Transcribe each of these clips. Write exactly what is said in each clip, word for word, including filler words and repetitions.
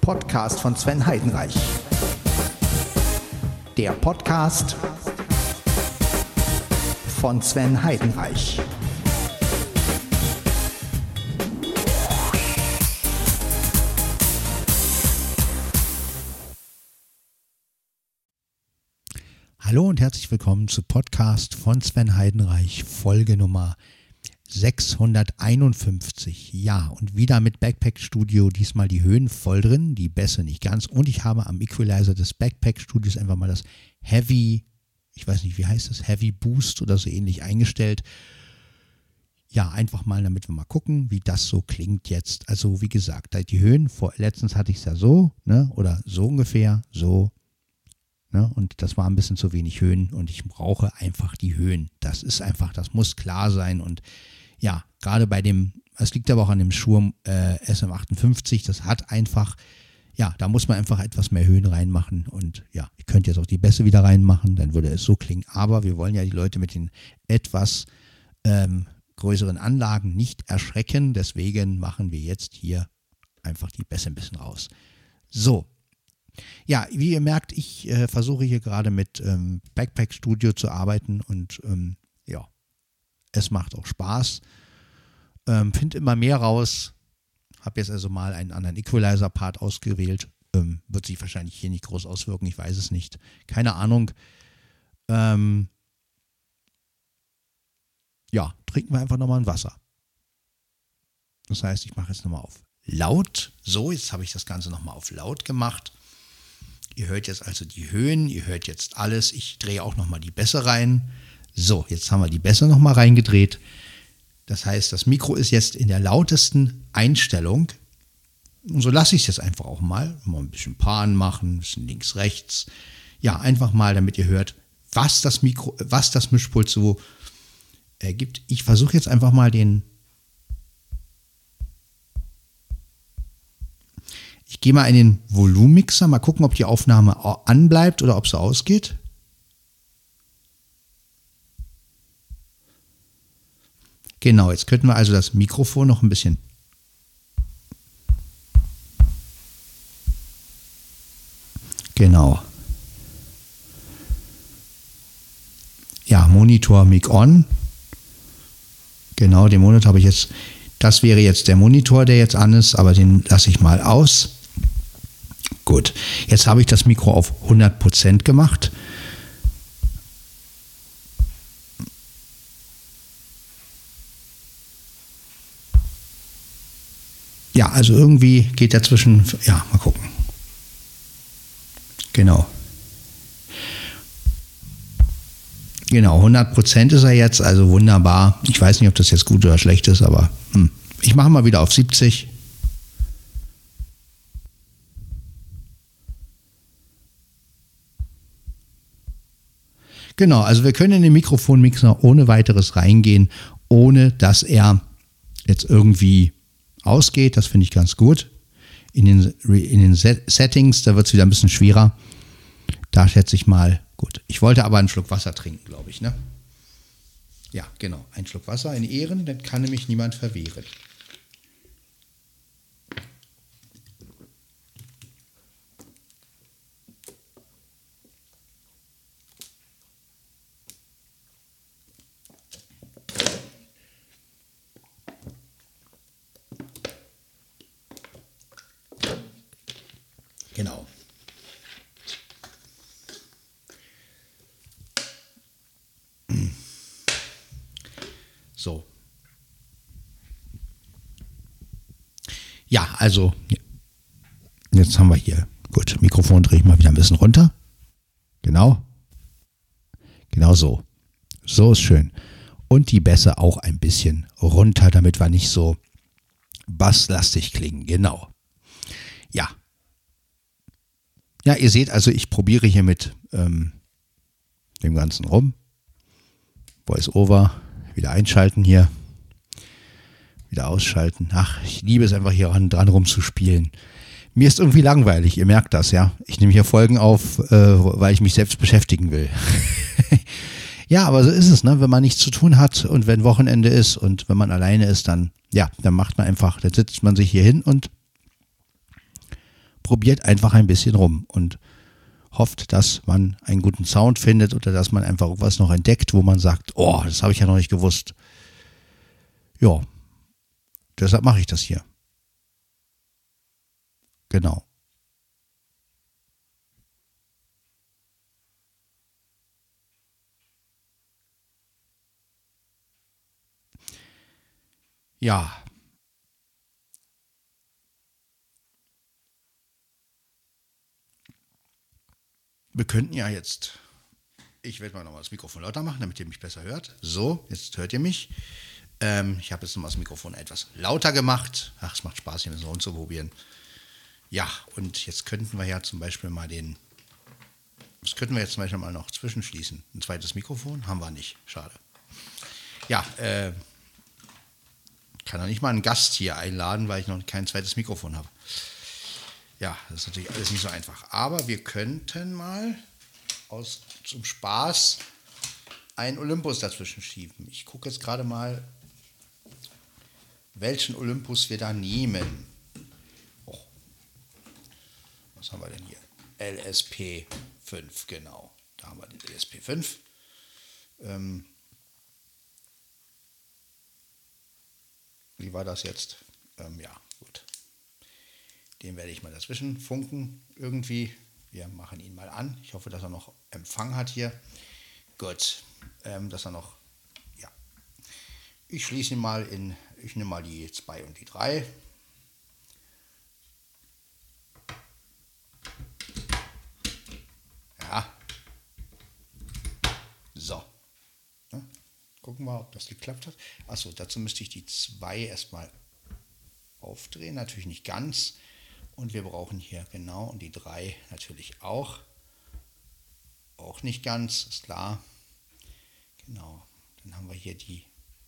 Podcast von Sven Heidenreich. Der Podcast von Sven Heidenreich. Hallo und herzlich willkommen zu Podcast von Sven Heidenreich, Folge Nummer sechshunderteinundfünfzig. Ja, und wieder mit Backpack Studio, diesmal die Höhen voll drin, die Bässe nicht ganz. Und ich habe am Equalizer des Backpack Studios einfach mal das Heavy, ich weiß nicht, wie heißt das, Heavy Boost oder so ähnlich eingestellt. Ja, einfach mal, damit wir mal gucken, wie das so klingt jetzt. Also wie gesagt, die Höhen, vor, letztens hatte ich es ja so, ne, oder so ungefähr, so. Ne, und das war ein bisschen zu wenig Höhen und ich brauche einfach die Höhen. Das ist einfach, das muss klar sein. Und ja, gerade bei dem, es liegt aber auch an dem Shure äh, S M achtundfünfzig, das hat einfach, ja, da muss man einfach etwas mehr Höhen reinmachen. Und ja, ihr könnt jetzt auch die Bässe wieder reinmachen, dann würde es so klingen. Aber wir wollen ja die Leute mit den etwas ähm, größeren Anlagen nicht erschrecken. Deswegen machen wir jetzt hier einfach die Bässe ein bisschen raus. So. Ja, wie ihr merkt, ich äh, versuche hier gerade mit ähm, Backpack Studio zu arbeiten und ähm, ja, es macht auch Spaß. Ähm, Finde immer mehr raus. Habe jetzt also mal einen anderen Equalizer-Part ausgewählt. Ähm, wird sich wahrscheinlich hier nicht groß auswirken, ich weiß es nicht. Keine Ahnung. Ähm, ja, trinken wir einfach nochmal ein Wasser. Das heißt, ich mache jetzt nochmal auf laut. So, jetzt habe ich das Ganze nochmal auf laut gemacht. Ihr hört jetzt also die Höhen, ihr hört jetzt alles. Ich drehe auch nochmal die Bässe rein. So, jetzt haben wir die Bässe nochmal reingedreht. Das heißt, das Mikro ist jetzt in der lautesten Einstellung. Und so lasse ich es jetzt einfach auch mal. Mal ein bisschen Pan machen, ein bisschen links, rechts. Ja, einfach mal, damit ihr hört, was das Mikro, was das Mischpult so ergibt. Ich versuche jetzt einfach mal den Ich gehe mal in den Volumenmixer, mal gucken, ob die Aufnahme anbleibt oder ob sie ausgeht. Genau, jetzt könnten wir also das Mikrofon noch ein bisschen Genau. Ja, Monitor Mic on. Genau, den Monitor habe ich jetzt. Das wäre jetzt der Monitor, der jetzt an ist, aber den lasse ich mal aus. Gut, jetzt habe ich das Mikro auf hundert Prozent gemacht. Ja, also irgendwie geht dazwischen, ja, mal gucken. Genau. Genau, hundert Prozent ist er jetzt, also wunderbar. Ich weiß nicht, ob das jetzt gut oder schlecht ist, aber hm. Ich mache mal wieder auf siebzig. Genau, also wir können in den Mikrofonmixer ohne weiteres reingehen, ohne dass er jetzt irgendwie ausgeht. Das finde ich ganz gut. In den, in den Settings, da wird es wieder ein bisschen schwerer. Da schätze ich mal, gut. Ich wollte aber einen Schluck Wasser trinken, glaube ich, ne? Ja, genau. Ein Schluck Wasser in Ehren, das kann nämlich niemand verwehren. Genau. So. Ja, also jetzt haben wir hier, gut, Mikrofon drehe ich mal wieder ein bisschen runter. Genau. Genau so. So ist schön. Und die Bässe auch ein bisschen runter, damit wir nicht so basslastig klingen. Genau. Ja. Ja, ihr seht also, ich probiere hier mit ähm, dem Ganzen rum. Voice over, wieder einschalten hier, wieder ausschalten. Ach, ich liebe es einfach hier dran, dran rumzuspielen. Mir ist irgendwie langweilig, ihr merkt das, ja. Ich nehme hier Folgen auf, äh, weil ich mich selbst beschäftigen will. Ja, aber so ist es, ne? Wenn man nichts zu tun hat und wenn Wochenende ist und wenn man alleine ist, dann, ja, dann macht man einfach, dann sitzt man sich hier hin und probiert einfach ein bisschen rum und hofft, dass man einen guten Sound findet oder dass man einfach irgendwas noch entdeckt, wo man sagt, oh, das habe ich ja noch nicht gewusst. Ja, deshalb mache ich das hier. Genau. Ja. Wir könnten ja jetzt, ich werde mal nochmal das Mikrofon lauter machen, damit ihr mich besser hört. So, jetzt hört ihr mich. Ähm, ich habe jetzt nochmal das Mikrofon etwas lauter gemacht. Ach, es macht Spaß, hier mit so rumzuprobieren. Ja, und jetzt könnten wir ja zum Beispiel mal den, das könnten wir jetzt zum Beispiel mal noch zwischenschließen. Ein zweites Mikrofon haben wir nicht, schade. Ja, äh, kann doch nicht mal einen Gast hier einladen, weil ich noch kein zweites Mikrofon habe. Ja, das ist natürlich alles nicht so einfach. Aber wir könnten mal aus, zum Spaß einen Olympus dazwischen schieben. Ich gucke jetzt gerade mal, welchen Olympus wir da nehmen. Oh. Was haben wir denn hier? L S P fünf, genau. Da haben wir den L S P fünf. Ähm, wie war das jetzt? Ähm, ja, gut. Den werde ich mal dazwischen funken irgendwie. Wir machen ihn mal an. Ich hoffe, dass er noch Empfang hat hier. Gut, ähm, dass er noch, ja. Ich schließe ihn mal in, ich nehme mal die zwei und die drei. Ja. So. Ja. Gucken wir, ob das geklappt hat. Achso, dazu müsste ich die zwei erstmal aufdrehen. Natürlich nicht ganz. Und wir brauchen hier genau, und die drei natürlich auch. Auch nicht ganz, ist klar. Genau, dann haben wir hier die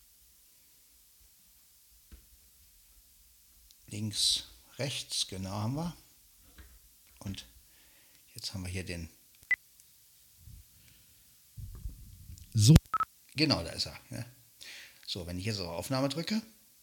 links, rechts, genau haben wir. Und jetzt haben wir hier den. So. Genau, da ist er. Ja. So, wenn ich jetzt auf Aufnahme drücke,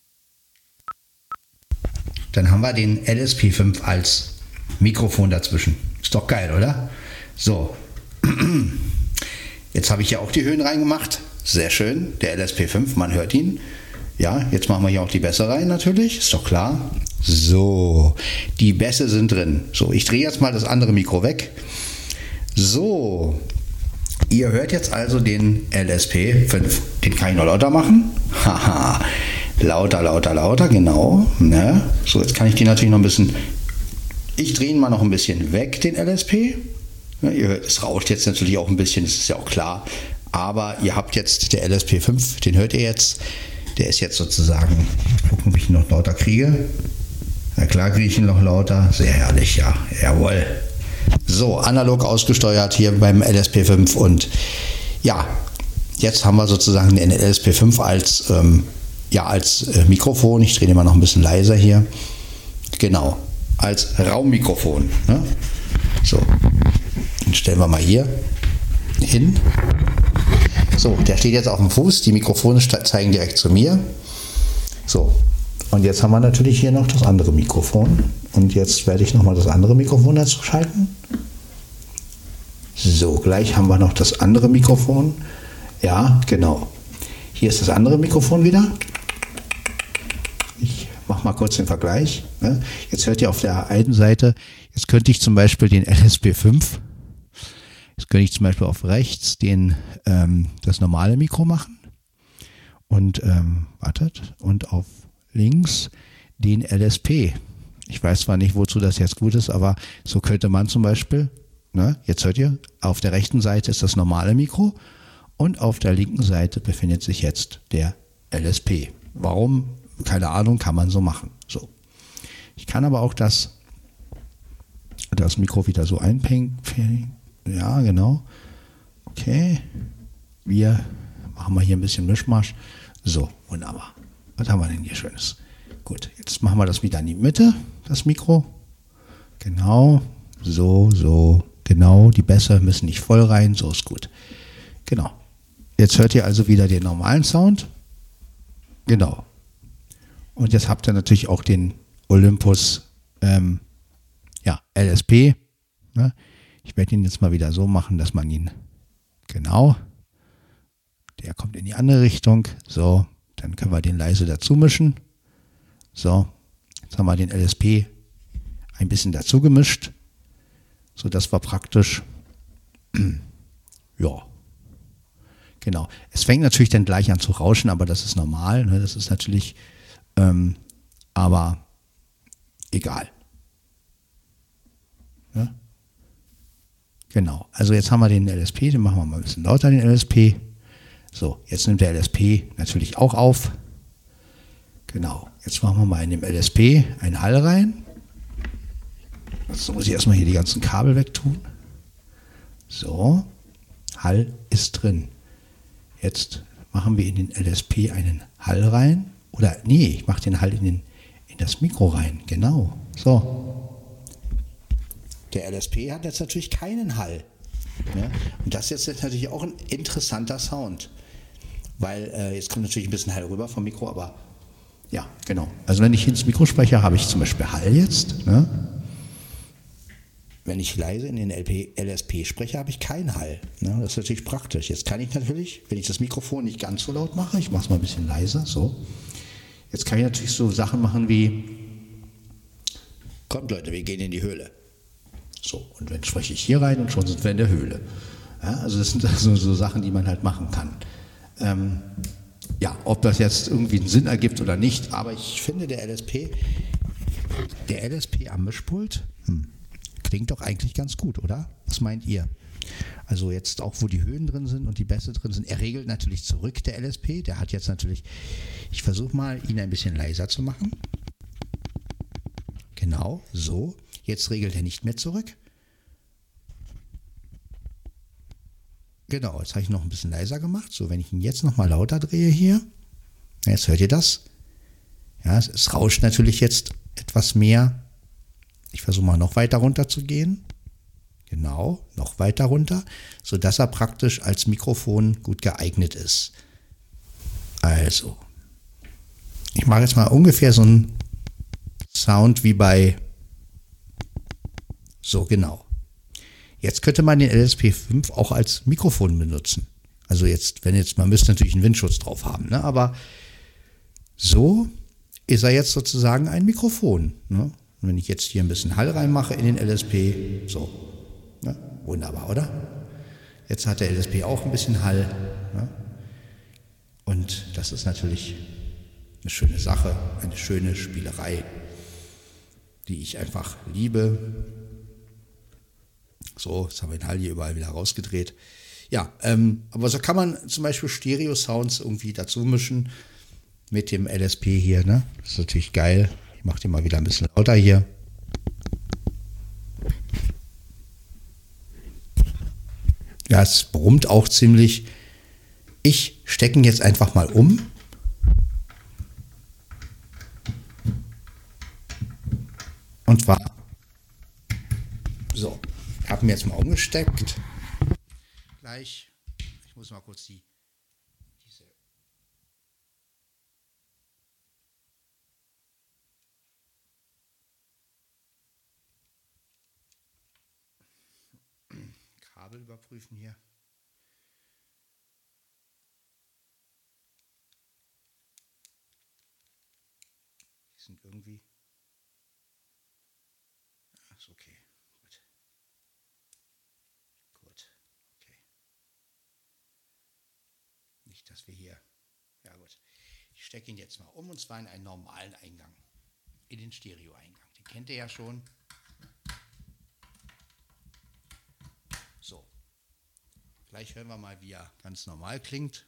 dann haben wir den L S P fünf als Mikrofon dazwischen. Ist doch geil, oder? So. Jetzt habe ich ja auch die Höhen reingemacht. Sehr schön. Der L S P fünf, man hört ihn. Ja, jetzt machen wir hier auch die Bässe rein natürlich. Ist doch klar. So. Die Bässe sind drin. So, ich drehe jetzt mal das andere Mikro weg. So. Ihr hört jetzt also den L S P fünf. Den kann ich noch lauter machen. Haha. Lauter, lauter, lauter, genau. Ne? So, jetzt kann ich den natürlich noch ein bisschen, ich drehe ihn mal noch ein bisschen weg, den L S P. Ja, ihr hört, es rauscht jetzt natürlich auch ein bisschen, das ist ja auch klar. Aber ihr habt jetzt, der L S P fünf, den hört ihr jetzt. Der ist jetzt sozusagen, gucken, ob ich ihn noch lauter kriege. Na klar kriege ich ihn noch lauter. Sehr herrlich, ja. Jawohl. So, analog ausgesteuert hier beim L S P fünf. Und ja, jetzt haben wir sozusagen den L S P fünf als ähm, Ja, als äh, Mikrofon. Ich drehe den mal noch ein bisschen leiser hier. Genau, als Raummikrofon. Ne? So, den stellen wir mal hier hin. So, der steht jetzt auf dem Fuß. Die Mikrofone zeigen direkt zu mir. So, und jetzt haben wir natürlich hier noch das andere Mikrofon. Und jetzt werde ich nochmal das andere Mikrofon dazu schalten. So, gleich haben wir noch das andere Mikrofon. Ja, genau. Hier ist das andere Mikrofon wieder. Ich mache mal kurz den Vergleich. Jetzt hört ihr auf der einen Seite, jetzt könnte ich zum Beispiel den L S P fünf, jetzt könnte ich zum Beispiel auf rechts den, ähm, das normale Mikro machen und, ähm, wartet, und auf links den L S P. Ich weiß zwar nicht, wozu das jetzt gut ist, aber so könnte man zum Beispiel, ne, jetzt hört ihr, auf der rechten Seite ist das normale Mikro und auf der linken Seite befindet sich jetzt der L S P. Warum? Keine Ahnung, kann man so machen. So. Ich kann aber auch das, das Mikro wieder so einpengen. Ja, genau. Okay. Wir machen mal hier ein bisschen Mischmasch. So, wunderbar. Was haben wir denn hier Schönes? Gut, jetzt machen wir das wieder in die Mitte, das Mikro. Genau. So, so. Genau. Die Bässe müssen nicht voll rein. So ist gut. Genau. Jetzt hört ihr also wieder den normalen Sound. Genau. Und jetzt habt ihr natürlich auch den Olympus, ähm, ja, L S P. Ne? Ich werde ihn jetzt mal wieder so machen, dass man ihn, genau, der kommt in die andere Richtung. So, dann können wir den leise dazu mischen. So, jetzt haben wir den L S P ein bisschen dazu gemischt, sodass wir praktisch, ja, genau. Es fängt natürlich dann gleich an zu rauschen, aber das ist normal. Ne? Das ist natürlich, ähm, aber egal. Ja? Genau. Also jetzt haben wir den L S P, den machen wir mal ein bisschen lauter, den L S P. So, jetzt nimmt der L S P natürlich auch auf. Genau. Jetzt machen wir mal in dem L S P einen Hall rein. So muss ich erstmal hier die ganzen Kabel wegtun. So, Hall ist drin. Jetzt machen wir in den L S P einen Hall rein. Oder nee, ich mache den Hall in, den, in das Mikro rein. Genau. So. Der L S P hat jetzt natürlich keinen Hall. Ja? Und das ist jetzt natürlich auch ein interessanter Sound. Weil äh, jetzt kommt natürlich ein bisschen Hall rüber vom Mikro, aber ja, genau. Also wenn ich ins Mikro spreche, habe ich zum Beispiel Hall jetzt. Ne? Wenn ich leise in den L S P spreche, habe ich keinen Hall. Ne? Das ist natürlich praktisch. Jetzt kann ich natürlich, wenn ich das Mikrofon nicht ganz so laut mache, ich mache es mal ein bisschen leiser, so. Jetzt kann ich natürlich so Sachen machen wie, kommt Leute, wir gehen in die Höhle. So, und dann spreche ich hier rein und schon sind wir in der Höhle. Ja, also das sind also so Sachen, die man halt machen kann. Ähm, ja, ob das jetzt irgendwie einen Sinn ergibt oder nicht, aber ich finde der L S P, der L S P am Mischpult, hm, klingt doch eigentlich ganz gut, oder? Was meint ihr? Also jetzt auch, wo die Höhen drin sind und die Bässe drin sind, er regelt natürlich zurück, der L S P. Der hat jetzt natürlich, ich versuche mal, ihn ein bisschen leiser zu machen. Genau, so. Jetzt regelt er nicht mehr zurück. Genau, jetzt habe ich noch ein bisschen leiser gemacht. So, wenn ich ihn jetzt nochmal lauter drehe hier, jetzt hört ihr das. Ja, es, es rauscht natürlich jetzt etwas mehr. Ich versuche mal noch weiter runter zu gehen. Genau, noch weiter runter, sodass er praktisch als Mikrofon gut geeignet ist. Also, ich mache jetzt mal ungefähr so einen Sound wie bei, so genau. Jetzt könnte man den L S P fünf auch als Mikrofon benutzen. Also jetzt, wenn jetzt, man müsste natürlich einen Windschutz drauf haben, ne? Aber so ist er jetzt sozusagen ein Mikrofon. Ne? Und wenn ich jetzt hier ein bisschen Hall reinmache in den L S P, so, ne? Wunderbar, oder? Jetzt hat der L S P auch ein bisschen Hall. Ne? Und das ist natürlich eine schöne Sache, eine schöne Spielerei, die ich einfach liebe. So, jetzt haben wir den Hall hier überall wieder rausgedreht. Ja, ähm, aber so kann man zum Beispiel Stereo-Sounds irgendwie dazu mischen mit dem L S P hier. Ne? Das ist natürlich geil. Ich mache den mal wieder ein bisschen lauter hier. Ja, es brummt auch ziemlich. Ich stecke ihn jetzt einfach mal um. Und zwar so. Ich habe ihn jetzt mal umgesteckt. Gleich. Ich muss mal kurz die diese Kabel überprüfen hier. Die sind irgendwie. Ach, ist okay. Gut. Gut. Okay. Nicht, dass wir hier. Ja gut. Ich stecke ihn jetzt mal um und zwar in einen normalen Eingang. In den Stereo-Eingang. Den kennt ihr ja schon. So. Gleich hören wir mal, wie er ganz normal klingt.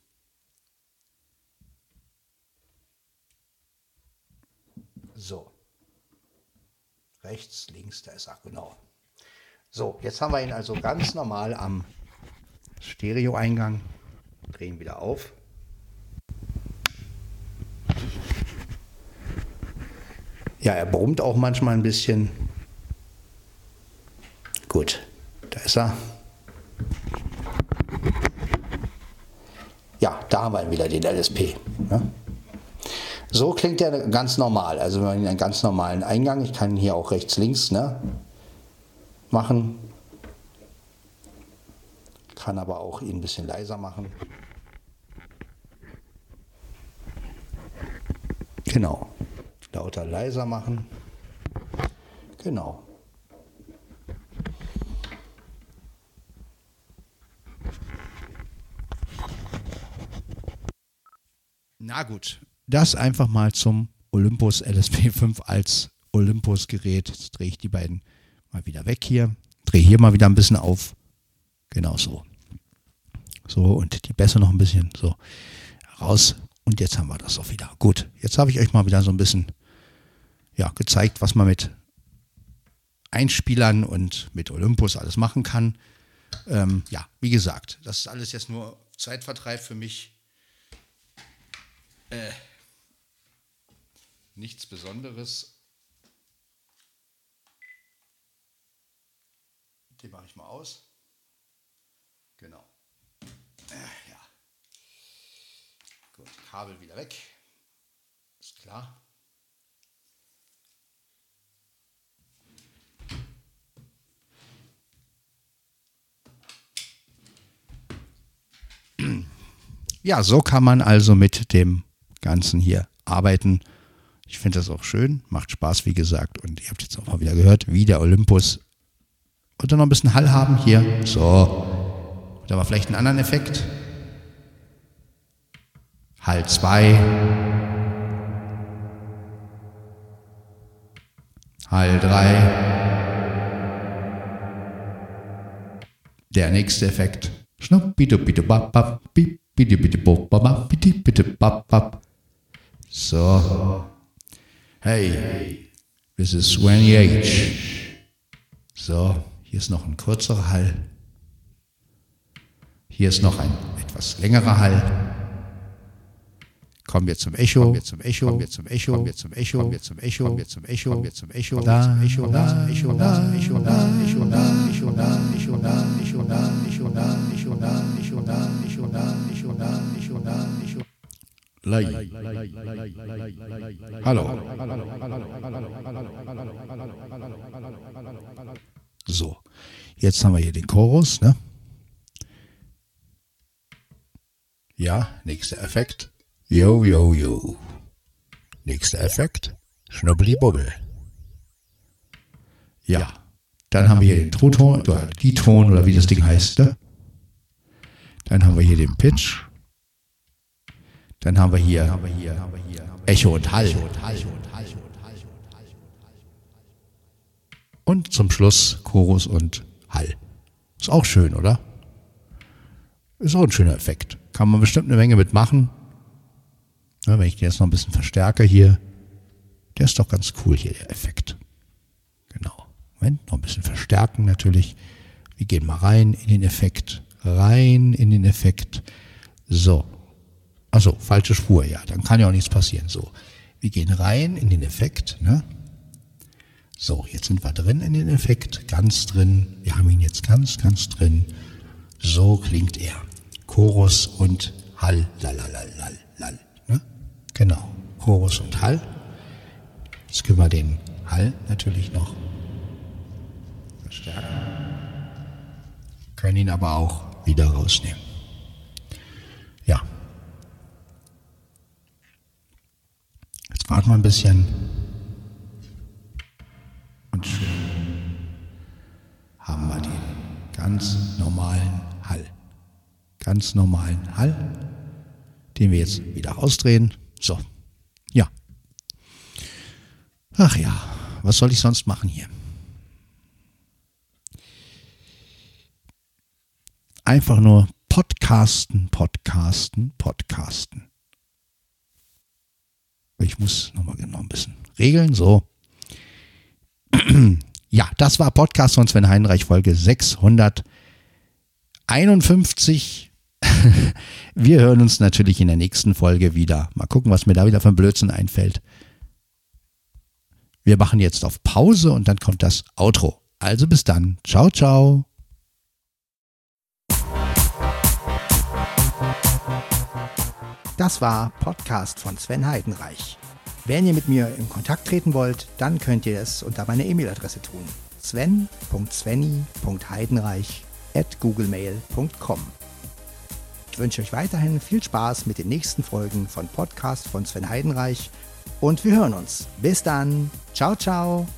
So. Rechts, links, da ist er, genau. So, jetzt haben wir ihn also ganz normal am Stereo-Eingang. Drehen wieder auf. Ja, er brummt auch manchmal ein bisschen. Gut, da ist er. Ja, da haben wir ihn wieder, den L S P. Ja. So klingt er ganz normal. Also wir haben einen ganz normalen Eingang. Ich kann ihn hier auch rechts, links, ne? machen. Kann aber auch ihn ein bisschen leiser machen. Genau. Lauter, leiser machen. Genau. Na gut, das einfach mal zum Olympus L S P fünf als Olympus-Gerät. Jetzt drehe ich die beiden mal wieder weg hier. Drehe hier mal wieder ein bisschen auf. Genau so. So, und die Bässe noch ein bisschen so raus. Und jetzt haben wir das auch wieder. Gut, jetzt habe ich euch mal wieder so ein bisschen ja, gezeigt, was man mit Einspielern und mit Olympus alles machen kann. Ähm, ja, wie gesagt, das ist alles jetzt nur Zeitvertreib für mich. Äh, nichts Besonderes. Den mache ich mal aus. Genau. Äh, ja. Gut, Kabel wieder weg. Ist klar. Ja, so kann man also mit dem Ganzen hier arbeiten. Ich finde das auch schön, macht Spaß, wie gesagt. Und ihr habt jetzt auch mal wieder gehört, wie der Olympus. Und dann noch ein bisschen Hall haben hier. So. Da war vielleicht einen anderen Effekt. Hall zwei. Hall drei. Der nächste Effekt. So. Hey, this is Svenny H. So, hier ist noch ein kürzerer Hall. Hier ist noch ein etwas längerer Hall. Kommen wir zum Echo, kommen wir zum Echo, kommen wir zum Echo, kommen wir zum Echo, kommen wir zum Echo, kommen wir zum Echo, kommen wir zum Echo, da, zum Echo, da, zum Echo, da, zum Echo, da, zum Echo, da, Echo, da, Echo, da, Echo, da, Echo, da, Echo, da, Echo, da, Echo, da, Echo, da, Echo, da, Echo. Lei. Hallo. So, jetzt haben wir hier den Chorus, ne? Ja, nächster Effekt. Yo, yo, yo. Nächster Effekt. Schnubbeli-Bubbel. Ja. Dann, Dann haben wir hier den Truton, oder die Ton, oder wie das Ding heißt. Ne? Dann haben wir hier den Pitch. Dann haben wir hier, haben wir hier, haben wir hier Echo und Hall. Und zum Schluss Chorus und Hall. Ist auch schön, oder? Ist auch ein schöner Effekt. Kann man bestimmt eine Menge mitmachen. Ja, wenn ich den jetzt noch ein bisschen verstärke hier, der ist doch ganz cool hier, der Effekt. Genau. Moment, noch ein bisschen verstärken natürlich. Wir gehen mal rein in den Effekt. Rein in den Effekt. So. Achso, falsche Spur, ja. Dann kann ja auch nichts passieren. So. Wir gehen rein in den Effekt. Ne? So, jetzt sind wir drin in den Effekt. Ganz drin. Wir haben ihn jetzt ganz, ganz drin. So klingt er. Chorus und Hall. Lalalal. Ne? Genau. Chorus und Hall. Jetzt können wir den Hall natürlich noch verstärken. Können ihn aber auch wieder rausnehmen. Ja. Jetzt warten wir ein bisschen. Und schön haben wir den ganz normalen Hall. Ganz normalen Hall, den wir jetzt wieder rausdrehen. So. Ja. Ach ja, was soll ich sonst machen hier? Einfach nur podcasten, podcasten, podcasten. Ich muss nochmal genau ein bisschen regeln, so. Ja, das war Podcast von Sven Heidenreich, Folge sechshunderteinundfünfzig. Wir hören uns natürlich in der nächsten Folge wieder. Mal gucken, was mir da wieder für ein Blödsinn einfällt. Wir machen jetzt auf Pause und dann kommt das Outro. Also bis dann. Ciao, ciao. Das war Podcast von Sven Heidenreich. Wenn ihr mit mir in Kontakt treten wollt, dann könnt ihr es unter meiner E-Mail-Adresse tun. sven punkt svenny punkt heidenreich at googlemail punkt com. Ich wünsche euch weiterhin viel Spaß mit den nächsten Folgen von Podcast von Sven Heidenreich und wir hören uns. Bis dann. Ciao, ciao.